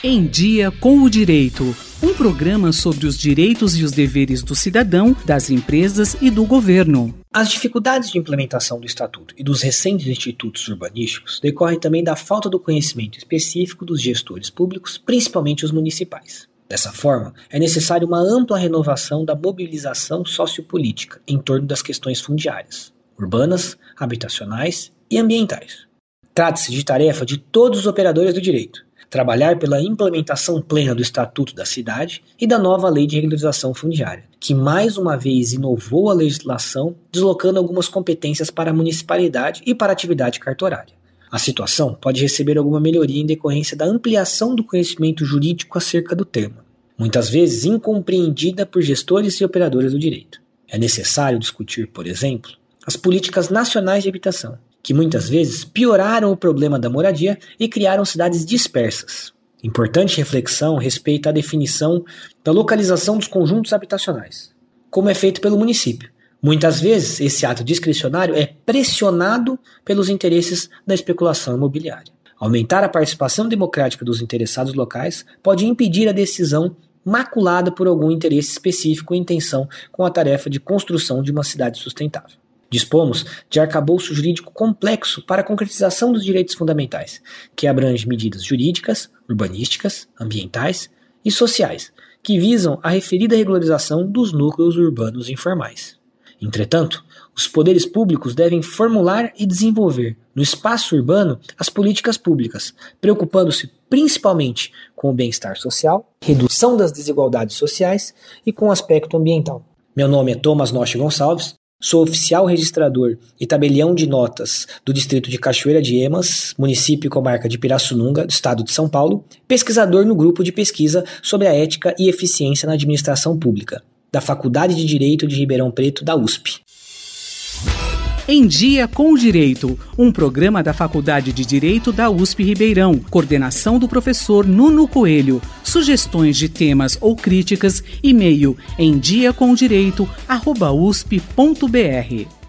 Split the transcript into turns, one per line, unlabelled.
Em Dia com o Direito, um programa sobre os direitos e os deveres do cidadão, das empresas e do governo.
As dificuldades de implementação do Estatuto e dos recentes institutos urbanísticos decorrem também da falta do conhecimento específico dos gestores públicos, principalmente os municipais. Dessa forma, é necessária uma ampla renovação da mobilização sociopolítica em torno das questões fundiárias, urbanas, habitacionais e ambientais. Trata-se de tarefa de todos os operadores do direito, trabalhar pela implementação plena do Estatuto da Cidade e da nova Lei de Regularização Fundiária, que mais uma vez inovou a legislação, deslocando algumas competências para a municipalidade e para a atividade cartorária. A situação pode receber alguma melhoria em decorrência da ampliação do conhecimento jurídico acerca do tema, muitas vezes incompreendida por gestores e operadores do direito. É necessário discutir, por exemplo, as políticas nacionais de habitação, que muitas vezes pioraram o problema da moradia e criaram cidades dispersas. Importante reflexão respeita a definição da localização dos conjuntos habitacionais, como é feito pelo município. Muitas vezes, esse ato discricionário é pressionado pelos interesses da especulação imobiliária. Aumentar a participação democrática dos interessados locais pode impedir a decisão maculada por algum interesse específico em tensão com a tarefa de construção de uma cidade sustentável. Dispomos de arcabouço jurídico complexo para a concretização dos direitos fundamentais, que abrange medidas jurídicas, urbanísticas, ambientais e sociais, que visam a referida regularização dos núcleos urbanos informais. Entretanto, os poderes públicos devem formular e desenvolver no espaço urbano as políticas públicas, preocupando-se principalmente com o bem-estar social, redução das desigualdades sociais e com o aspecto ambiental. Meu nome é Thomas Noche Gonçalves. Sou oficial registrador e tabelião de notas do distrito de Cachoeira de Emas, município e comarca de Pirassununga, do estado de São Paulo, pesquisador no grupo de pesquisa sobre a ética e eficiência na administração pública, da Faculdade de Direito de Ribeirão Preto, da USP.
Em Dia com o Direito, um programa da Faculdade de Direito da USP Ribeirão, coordenação do professor Nuno Coelho. Sugestões de temas ou críticas, e-mail em diacomdireito@usp.br.